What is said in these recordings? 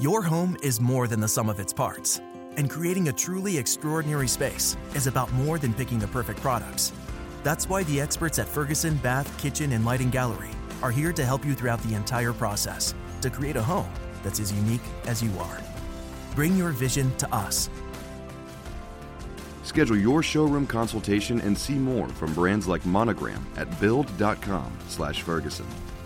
Your home is more than the sum of its parts, and creating a truly extraordinary space is about more than picking the perfect products. That's why the experts at Ferguson Bath, Kitchen, and Lighting Gallery are here to help you throughout the entire process to create a home that's as unique as you are. Bring your vision to us. Schedule your showroom consultation and see more from brands like Monogram at build.com/Ferguson.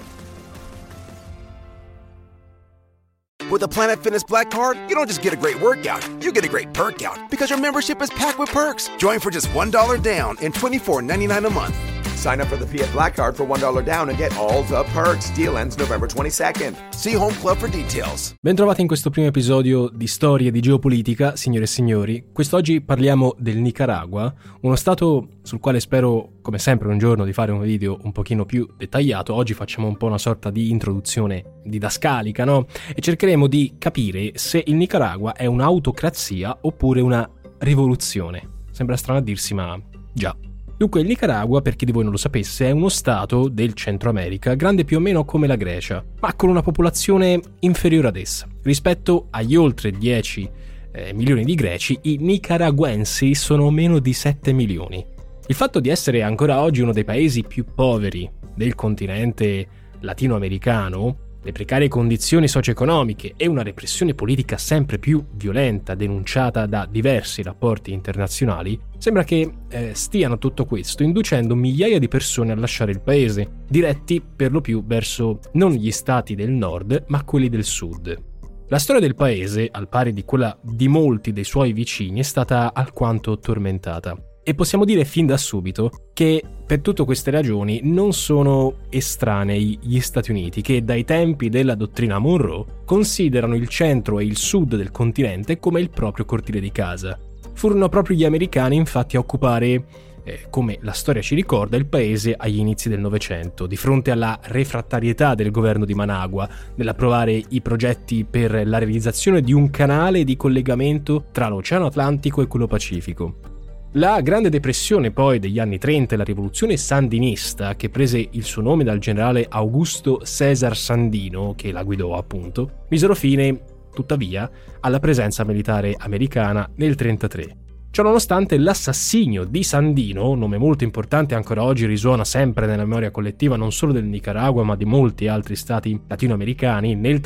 With a Planet Fitness Black Card, you don't just get a great workout, you get a great perk out because your membership is packed with perks. Join for just $1 down and $24.99 a month. Sign up for the Fiat Black Card for $1 down and get all the perks. Deal ends November 22nd. See Home Club for details. Bentrovati in questo primo episodio di Storie di Geopolitica, signore e signori. Quest'oggi parliamo del Nicaragua, uno stato sul quale spero, come sempre, un giorno di fare un video un pochino più dettagliato. Oggi facciamo un po' una sorta di introduzione didascalica, no? E cercheremo di capire se il Nicaragua è un'autocrazia oppure una rivoluzione. Sembra strano a dirsi, ma già. Dunque, il Nicaragua, per chi di voi non lo sapesse, è uno stato del Centro America, grande più o meno come la Grecia, ma con una popolazione inferiore ad essa. Rispetto agli oltre 10 milioni di greci, i nicaraguensi sono meno di 7 milioni. Il fatto di essere ancora oggi uno dei paesi più poveri del continente latinoamericano, le precarie condizioni socio-economiche e una repressione politica sempre più violenta denunciata da diversi rapporti internazionali, sembra che stiano tutto questo inducendo migliaia di persone a lasciare il paese, diretti per lo più verso non gli stati del nord, ma quelli del sud. La storia del paese, al pari di quella di molti dei suoi vicini, è stata alquanto tormentata. E possiamo dire fin da subito che per tutte queste ragioni non sono estranei gli Stati Uniti, che dai tempi della dottrina Monroe considerano il centro e il sud del continente come il proprio cortile di casa. Furono proprio gli americani infatti a occupare, come la storia ci ricorda, il paese agli inizi del Novecento, di fronte alla refrattarietà del governo di Managua nell'approvare i progetti per la realizzazione di un canale di collegamento tra l'Oceano Atlantico e quello Pacifico. La Grande Depressione poi degli anni 30 e la rivoluzione sandinista, che prese il suo nome dal generale Augusto César Sandino, che la guidò appunto, misero fine, tuttavia, alla presenza militare americana nel 1933. Ciononostante, l'assassinio di Sandino, nome molto importante ancora oggi, risuona sempre nella memoria collettiva non solo del Nicaragua ma di molti altri stati latinoamericani, nel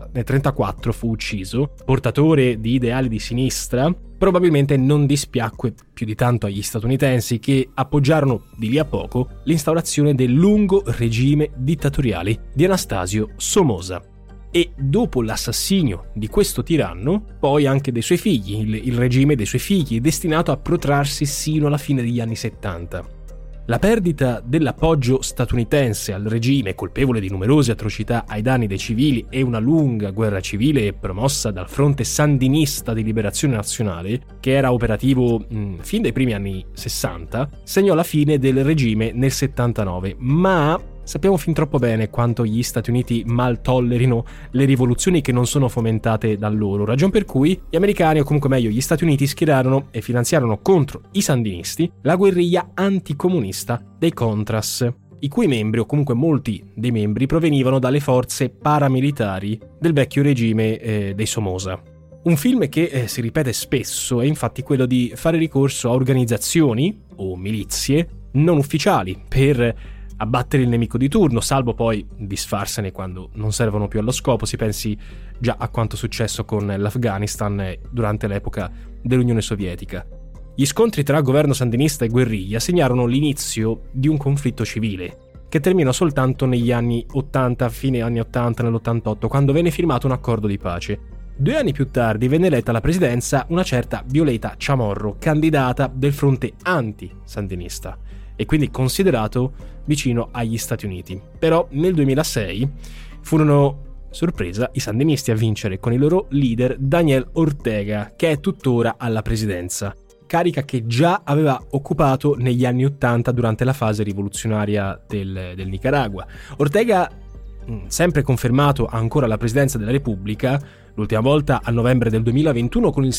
1934 fu ucciso, portatore di ideali di sinistra. Probabilmente non dispiacque più di tanto agli statunitensi, che appoggiarono di lì a poco l'instaurazione del lungo regime dittatoriale di Anastasio Somoza. E dopo l'assassinio di questo tiranno, poi anche dei suoi figli, il regime dei suoi figli è destinato a protrarsi sino alla fine degli anni 70. La perdita dell'appoggio statunitense al regime, colpevole di numerose atrocità ai danni dei civili, e una lunga guerra civile promossa dal Fronte Sandinista di Liberazione Nazionale, che era operativo fin dai primi anni 60, segnò la fine del regime nel 79, ma sappiamo fin troppo bene quanto gli Stati Uniti mal tollerino le rivoluzioni che non sono fomentate da loro, ragion per cui gli americani, o comunque meglio gli Stati Uniti, schierarono e finanziarono contro i sandinisti la guerriglia anticomunista dei Contras, i cui membri, o comunque molti dei membri, provenivano dalle forze paramilitari del vecchio regime dei Somoza. Un film che si ripete spesso è infatti quello di fare ricorso a organizzazioni o milizie non ufficiali per abbattere il nemico di turno, salvo poi disfarsene quando non servono più allo scopo. Si pensi già a quanto successo con l'Afghanistan durante l'epoca dell'Unione Sovietica. Gli scontri tra governo sandinista e guerriglia segnarono l'inizio di un conflitto civile, che terminò soltanto negli anni 80, fine anni 80, nell'88, quando venne firmato un accordo di pace. 2 anni più tardi venne eletta alla presidenza una certa Violeta Chamorro, candidata del fronte anti-sandinista, e quindi considerato vicino agli Stati Uniti. Però nel 2006 furono, sorpresa, i sandinisti a vincere con il loro leader Daniel Ortega, che è tuttora alla presidenza, carica che già aveva occupato negli anni 80 durante la fase rivoluzionaria del Nicaragua. Ortega, sempre confermato ancora alla presidenza della Repubblica, l'ultima volta a novembre del 2021 con il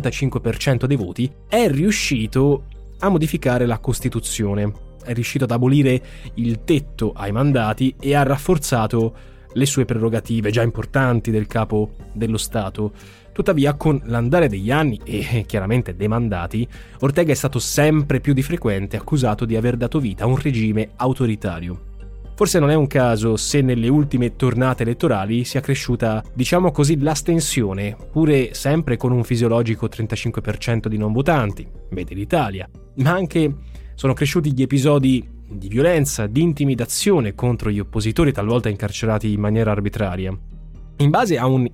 75% dei voti, è riuscito a modificare la Costituzione, è riuscito ad abolire il tetto ai mandati e ha rafforzato le sue prerogative già importanti del capo dello Stato. Tuttavia, con l'andare degli anni e chiaramente dei mandati, Ortega è stato sempre più di frequente accusato di aver dato vita a un regime autoritario. Forse non è un caso se nelle ultime tornate elettorali sia cresciuta, diciamo così, l'astensione, pure sempre con un fisiologico 35% di non votanti, vede l'Italia, ma anche sono cresciuti gli episodi di violenza, di intimidazione contro gli oppositori, talvolta incarcerati in maniera arbitraria. In base a un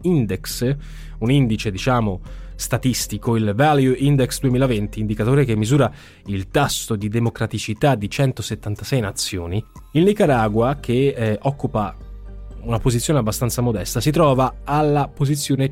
indice statistico, il Value Index 2020, indicatore che misura il tasso di democraticità di 176 nazioni, il Nicaragua, che occupa una posizione abbastanza modesta, si trova alla posizione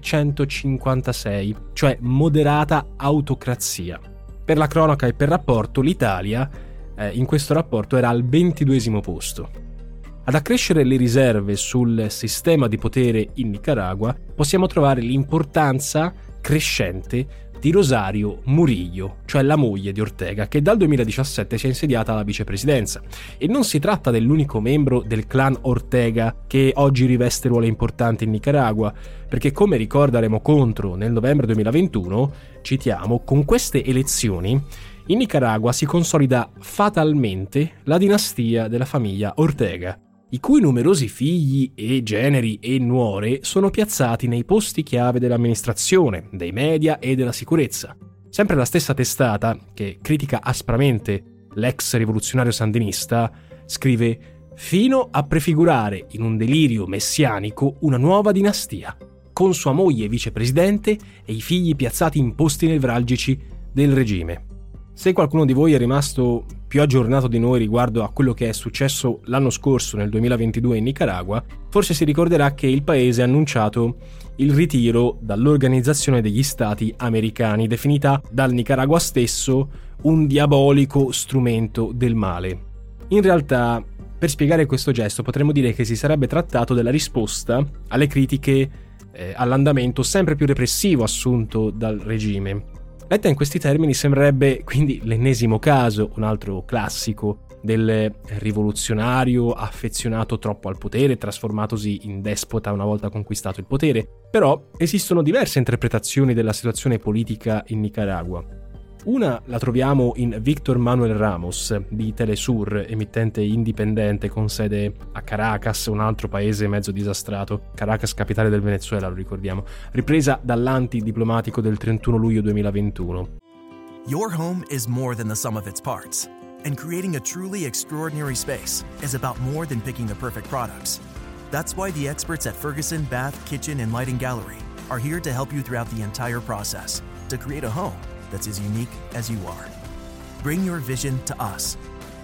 156, cioè moderata autocrazia. Per la cronaca e per rapporto, l'Italia in questo rapporto era al 22esimo posto. Ad accrescere le riserve sul sistema di potere in Nicaragua possiamo trovare l'importanza crescente di Rosario Murillo, cioè la moglie di Ortega, che dal 2017 si è insediata alla vicepresidenza. E non si tratta dell'unico membro del clan Ortega che oggi riveste ruoli importanti in Nicaragua, perché come ricorda Remo Contro nel novembre 2021, citiamo, con queste elezioni in Nicaragua si consolida fatalmente la dinastia della famiglia Ortega, i cui numerosi figli e generi e nuore sono piazzati nei posti chiave dell'amministrazione, dei media e della sicurezza. Sempre la stessa testata, che critica aspramente l'ex rivoluzionario sandinista, scrive fino a prefigurare in un delirio messianico una nuova dinastia, con sua moglie vicepresidente e i figli piazzati in posti nevralgici del regime. Se qualcuno di voi è rimasto più aggiornato di noi riguardo a quello che è successo l'anno scorso, nel 2022, in Nicaragua, forse si ricorderà che il paese ha annunciato il ritiro dall'Organizzazione degli Stati Americani, definita dal Nicaragua stesso un diabolico strumento del male. In realtà, per spiegare questo gesto, potremmo dire che si sarebbe trattato della risposta alle critiche all'andamento sempre più repressivo assunto dal regime. Letta in questi termini sembrerebbe quindi l'ennesimo caso, un altro classico, del rivoluzionario affezionato troppo al potere, trasformatosi in despota una volta conquistato il potere. Però esistono diverse interpretazioni della situazione politica in Nicaragua. Una la troviamo in Víctor Manuel Ramos di Telesur, emittente indipendente con sede a Caracas, un altro paese mezzo disastrato, Caracas capitale del Venezuela, lo ricordiamo, ripresa dall'antidiplomatico del 31 luglio 2021. Your home is more than the sum of its parts, and creating a truly extraordinary space is about more than picking the perfect products. That's why the experts at Ferguson Bath, Kitchen and Lighting Gallery are here to help you throughout the entire process to create a home that's as unique as you are. Bring your vision to us.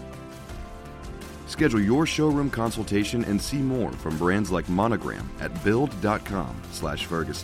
Schedule your showroom consultation and see more from brands like Monogram at build.com/Ferguson.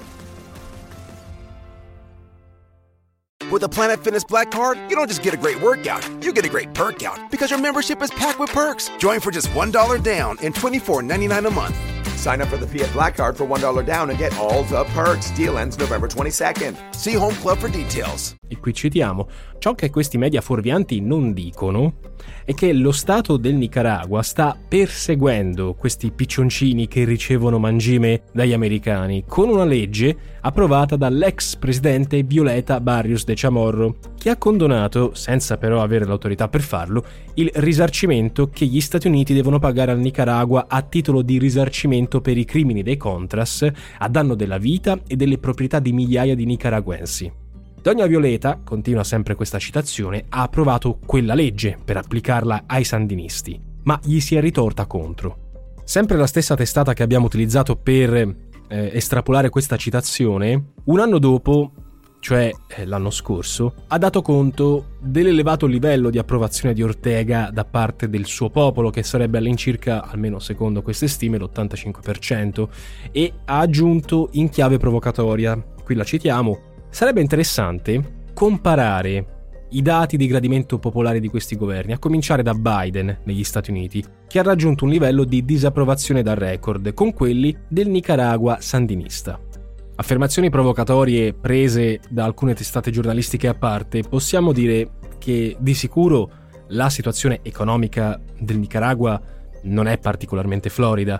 With a Planet Fitness Black Card, you don't just get a great workout, you get a great perk out because your membership is packed with perks. Join for just $1 down and $24.99 a month. Sign up for the Fiat Black Card for $1 down and get all the perks. Deal ends November 22nd. See Home Club for details. E qui citiamo, ciò che questi media fuorvianti non dicono è che lo Stato del Nicaragua sta perseguendo questi piccioncini che ricevono mangime dagli americani con una legge approvata dall'ex presidente Violeta Barrios de Chamorro, che ha condonato, senza però avere l'autorità per farlo, il risarcimento che gli Stati Uniti devono pagare al Nicaragua a titolo di risarcimento per i crimini dei Contras a danno della vita e delle proprietà di migliaia di nicaraguensi. Donna Violeta, continua sempre questa citazione, ha approvato quella legge per applicarla ai sandinisti, ma gli si è ritorta contro. Sempre la stessa testata che abbiamo utilizzato per estrapolare questa citazione, un anno dopo, cioè l'anno scorso, ha dato conto dell'elevato livello di approvazione di Ortega da parte del suo popolo, che sarebbe all'incirca, almeno secondo queste stime, l'85%, e ha aggiunto in chiave provocatoria, qui la citiamo: sarebbe interessante comparare i dati di gradimento popolare di questi governi, a cominciare da Biden negli Stati Uniti, che ha raggiunto un livello di disapprovazione da record, con quelli del Nicaragua sandinista. Affermazioni provocatorie prese da alcune testate giornalistiche a parte, possiamo dire che di sicuro la situazione economica del Nicaragua non è particolarmente florida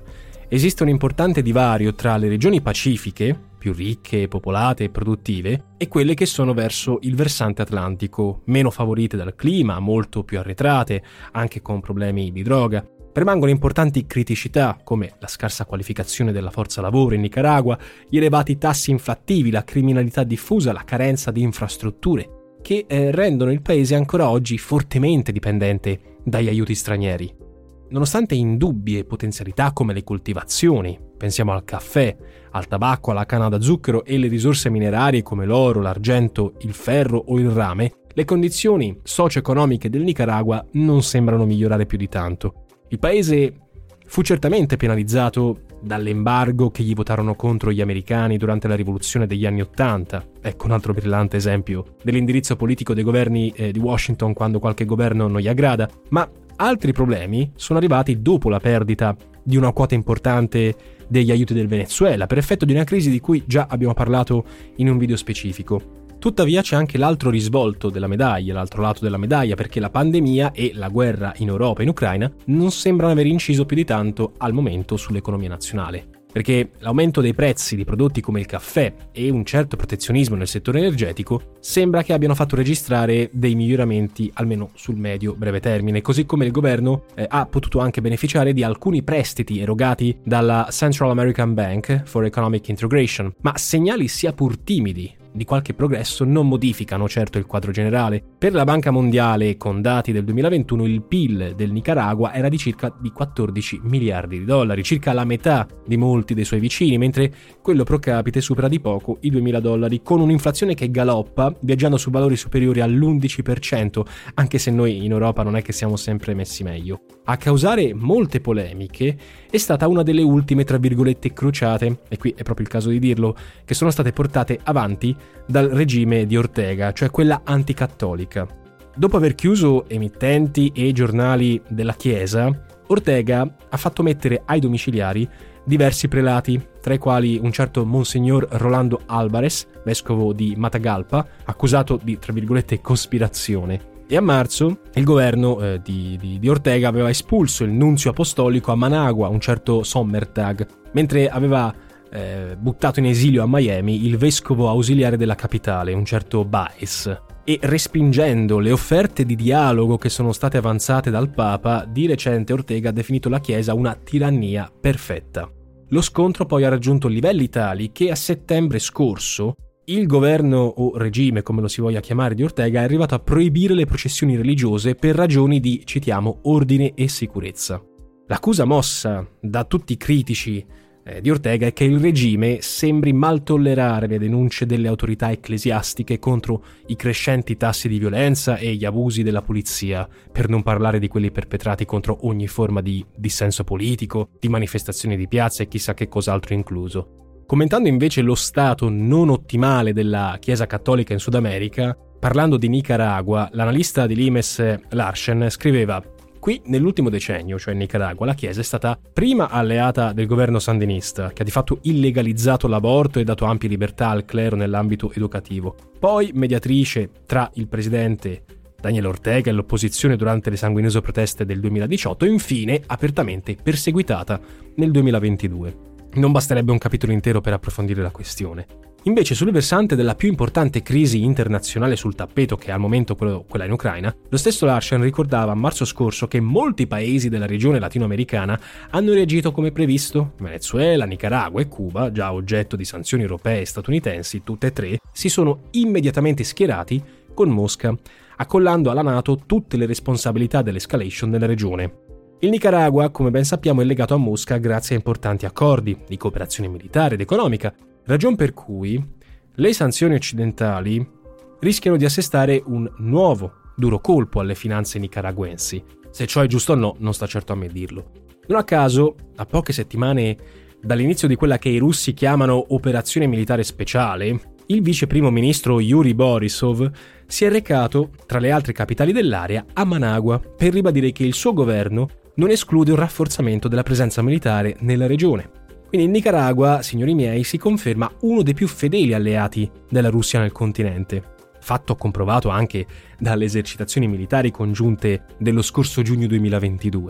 esiste un importante divario tra le regioni pacifiche, più ricche, popolate e produttive, e quelle che sono verso il versante atlantico, meno favorite dal clima, molto più arretrate, anche con problemi di droga. Permangono importanti criticità come la scarsa qualificazione della forza lavoro in Nicaragua, gli elevati tassi inflattivi, la criminalità diffusa, la carenza di infrastrutture, che rendono il paese ancora oggi fortemente dipendente dagli aiuti stranieri. Nonostante indubbie potenzialità come le coltivazioni, pensiamo al caffè, al tabacco, alla canna da zucchero e le risorse minerarie come l'oro, l'argento, il ferro o il rame, le condizioni socio-economiche del Nicaragua non sembrano migliorare più di tanto. Il paese fu certamente penalizzato dall'embargo che gli votarono contro gli americani durante la rivoluzione degli anni '80. Ecco un altro brillante esempio dell'indirizzo politico dei governi di Washington quando qualche governo non gli aggrada, ma altri problemi sono arrivati dopo la perdita di una quota importante degli aiuti del Venezuela, per effetto di una crisi di cui già abbiamo parlato in un video specifico. Tuttavia c'è anche l'altro risvolto della medaglia, l'altro lato della medaglia, perché la pandemia e la guerra in Europa e in Ucraina non sembrano aver inciso più di tanto al momento sull'economia nazionale. Perché l'aumento dei prezzi di prodotti come il caffè e un certo protezionismo nel settore energetico sembra che abbiano fatto registrare dei miglioramenti almeno sul medio-breve termine, così come il governo ha potuto anche beneficiare di alcuni prestiti erogati dalla Central American Bank for Economic Integration, ma segnali sia pur timidi di qualche progresso non modificano certo il quadro generale. Per la Banca Mondiale, con dati del 2021, il PIL del Nicaragua era di circa di 14 miliardi di dollari, circa la metà di molti dei suoi vicini, mentre quello pro capite supera di poco i $2.000, con un'inflazione che galoppa, viaggiando su valori superiori all'11%, anche se noi in Europa non è che siamo sempre messi meglio. A causare molte polemiche è stata una delle ultime, tra virgolette, crociate, e qui è proprio il caso di dirlo, che sono state portate avanti dal regime di Ortega, cioè quella anticattolica. Dopo aver chiuso emittenti e giornali della Chiesa, Ortega ha fatto mettere ai domiciliari diversi prelati, tra i quali un certo Monsignor Rolando Álvarez, vescovo di Matagalpa, accusato di, tra virgolette, cospirazione. E a marzo il governo di Ortega aveva espulso il nunzio apostolico a Managua, un certo Sommertag, mentre aveva buttato in esilio a Miami il vescovo ausiliare della capitale, un certo Baez. E respingendo le offerte di dialogo che sono state avanzate dal Papa, di recente Ortega ha definito la Chiesa una tirannia perfetta. Lo scontro poi ha raggiunto livelli tali che a settembre scorso il governo o regime, come lo si voglia chiamare, di Ortega è arrivato a proibire le processioni religiose per ragioni di, citiamo, ordine e sicurezza. L'accusa mossa da tutti i critici di Ortega è che il regime sembri mal tollerare le denunce delle autorità ecclesiastiche contro i crescenti tassi di violenza e gli abusi della polizia, per non parlare di quelli perpetrati contro ogni forma di dissenso politico, di manifestazioni di piazza e chissà che cos'altro incluso. Commentando invece lo stato non ottimale della Chiesa cattolica in Sud America, parlando di Nicaragua, l'analista di Limes Larsen scriveva: qui nell'ultimo decennio, cioè in Nicaragua, la Chiesa è stata prima alleata del governo sandinista, che ha di fatto illegalizzato l'aborto e dato ampie libertà al clero nell'ambito educativo, poi mediatrice tra il presidente Daniel Ortega e l'opposizione durante le sanguinose proteste del 2018 e infine apertamente perseguitata nel 2022. Non basterebbe un capitolo intero per approfondire la questione. Invece, sul versante della più importante crisi internazionale sul tappeto, che è al momento quella in Ucraina, lo stesso Larsen ricordava a marzo scorso che molti paesi della regione latinoamericana hanno reagito come previsto. Venezuela, Nicaragua e Cuba, già oggetto di sanzioni europee e statunitensi, tutte e tre, si sono immediatamente schierati con Mosca, accollando alla NATO tutte le responsabilità dell'escalation nella regione. Il Nicaragua, come ben sappiamo, è legato a Mosca grazie a importanti accordi di cooperazione militare ed economica, ragion per cui le sanzioni occidentali rischiano di assestare un nuovo duro colpo alle finanze nicaraguensi. Se ciò è giusto o no, non sta certo a me dirlo. Non a caso, a poche settimane dall'inizio di quella che i russi chiamano operazione militare speciale, il vice primo ministro Yuri Borisov si è recato, tra le altre capitali dell'area, a Managua per ribadire che il suo governo non esclude un rafforzamento della presenza militare nella regione. Quindi il Nicaragua, signori miei, si conferma uno dei più fedeli alleati della Russia nel continente, fatto comprovato anche dalle esercitazioni militari congiunte dello scorso giugno 2022.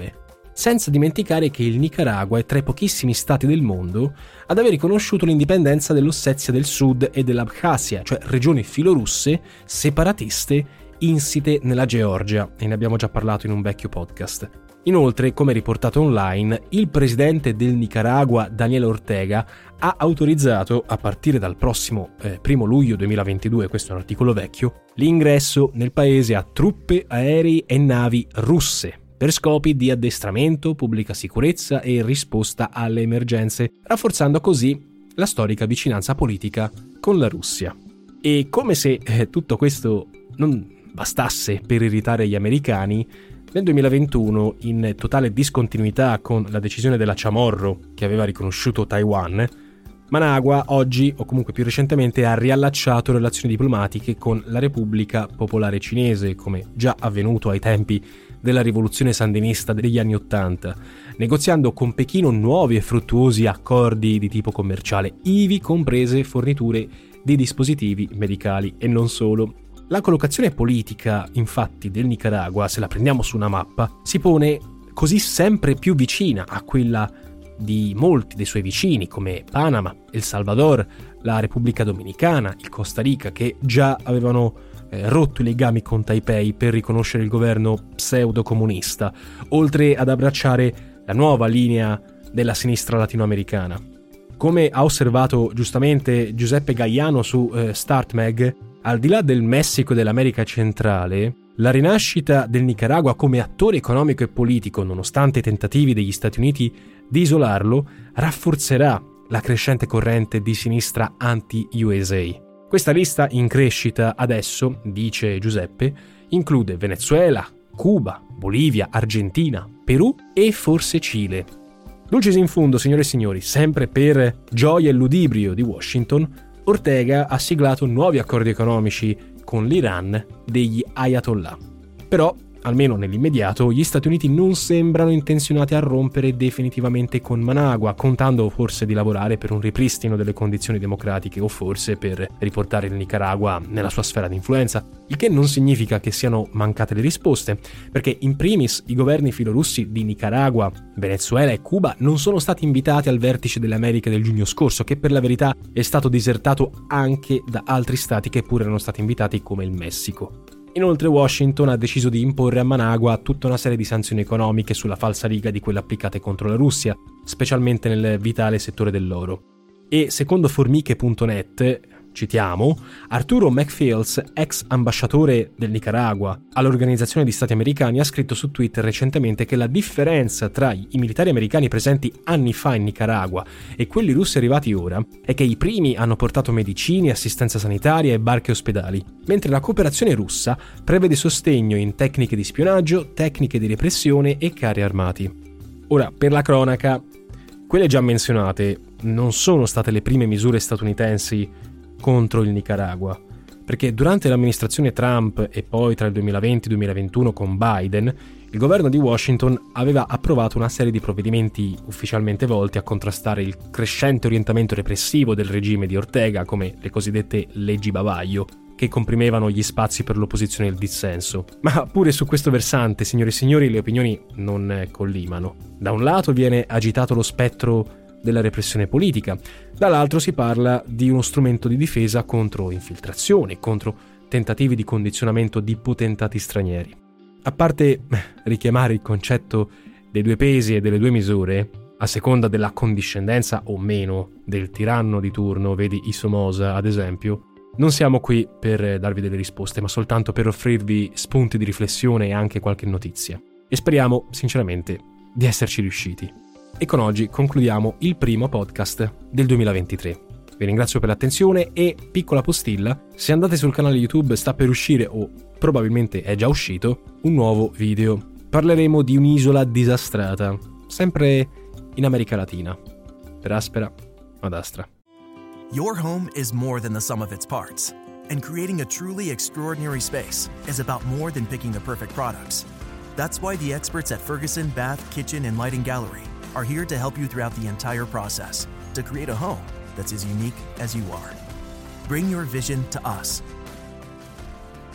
senza dimenticare che il Nicaragua è tra i pochissimi stati del mondo ad aver riconosciuto l'indipendenza dell'Ossetia del Sud e dell'Abkhazia, cioè regioni filorusse separatiste insite nella Georgia, e ne abbiamo già parlato in un vecchio podcast. Inoltre, come riportato online, il presidente del Nicaragua, Daniel Ortega, ha autorizzato, a partire dal prossimo 1 luglio 2022, questo è un articolo vecchio, l'ingresso nel paese a truppe, aerei e navi russe per scopi di addestramento, pubblica sicurezza e risposta alle emergenze, rafforzando così la storica vicinanza politica con la Russia. E come se tutto questo non bastasse per irritare gli americani, nel 2021, in totale discontinuità con la decisione della Chamorro che aveva riconosciuto Taiwan, Managua oggi, o comunque più recentemente, ha riallacciato relazioni diplomatiche con la Repubblica Popolare Cinese, come già avvenuto ai tempi della rivoluzione sandinista degli anni '80, negoziando con Pechino nuovi e fruttuosi accordi di tipo commerciale, ivi comprese forniture di dispositivi medicali e non solo. La collocazione politica, infatti, del Nicaragua, se la prendiamo su una mappa, si pone così sempre più vicina a quella di molti dei suoi vicini, come Panama, El Salvador, la Repubblica Dominicana, il Costa Rica, che già avevano rotto i legami con Taipei per riconoscere il governo pseudo-comunista, oltre ad abbracciare la nuova linea della sinistra latinoamericana. Come ha osservato giustamente Giuseppe Gaiano su StartMag, al di là del Messico e dell'America centrale, la rinascita del Nicaragua come attore economico e politico, nonostante i tentativi degli Stati Uniti di isolarlo, rafforzerà la crescente corrente di sinistra anti-USA. Questa lista in crescita adesso, dice Giuseppe, include Venezuela, Cuba, Bolivia, Argentina, Perù e forse Cile. Dulcis in fundo, signore e signori, sempre per gioia e ludibrio di Washington, Ortega ha siglato nuovi accordi economici con l'Iran degli Ayatollah. Però, almeno nell'immediato, gli Stati Uniti non sembrano intenzionati a rompere definitivamente con Managua, contando forse di lavorare per un ripristino delle condizioni democratiche o forse per riportare il Nicaragua nella sua sfera di influenza, il che non significa che siano mancate le risposte, perché in primis i governi filorussi di Nicaragua, Venezuela e Cuba non sono stati invitati al vertice delle Americhe del giugno scorso, che per la verità è stato disertato anche da altri stati che pure erano stati invitati, come il Messico. Inoltre Washington ha deciso di imporre a Managua tutta una serie di sanzioni economiche sulla falsariga di quelle applicate contro la Russia, specialmente nel vitale settore dell'oro. E secondo formiche.net, citiamo, Arturo McPhiles, ex ambasciatore del Nicaragua all'Organizzazione di Stati Americani, ha scritto su Twitter recentemente che la differenza tra i militari americani presenti anni fa in Nicaragua e quelli russi arrivati ora è che i primi hanno portato medicini, assistenza sanitaria e barche ospedali, mentre la cooperazione russa prevede sostegno in tecniche di spionaggio, tecniche di repressione e carri armati. Ora, per la cronaca, quelle già menzionate non sono state le prime misure statunitensi contro il Nicaragua, perché durante l'amministrazione Trump e poi tra il 2020 e il 2021 con Biden, il governo di Washington aveva approvato una serie di provvedimenti ufficialmente volti a contrastare il crescente orientamento repressivo del regime di Ortega, come le cosiddette leggi bavaglio, che comprimevano gli spazi per l'opposizione e il dissenso. Ma pure su questo versante, signore e signori, le opinioni non collimano. Da un lato viene agitato lo spettro della repressione politica, dall'altro si parla di uno strumento di difesa contro infiltrazioni, contro tentativi di condizionamento di potentati stranieri. A parte richiamare il concetto dei due pesi e delle due misure, a seconda della condiscendenza o meno del tiranno di turno, vedi Somoza ad esempio, non siamo qui per darvi delle risposte, ma soltanto per offrirvi spunti di riflessione e anche qualche notizia. E speriamo, sinceramente, di esserci riusciti. E con oggi concludiamo il primo podcast del 2023. Vi ringrazio per l'attenzione e, piccola postilla, se andate sul canale YouTube sta per uscire, o probabilmente è già uscito, un nuovo video. Parleremo di un'isola disastrata, sempre in America Latina, per aspera ad astra. Your home is more than the sum of its parts, and creating a truly extraordinary space is about more than picking the perfect products. That's why the experts at Ferguson Bath, Kitchen, and Lighting Gallery are here to help you throughout the entire process to create a home that's as unique as you are. Bring your vision to us.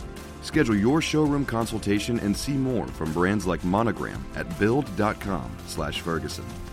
Schedule your showroom consultation and see more from brands like Monogram at build.com/Ferguson.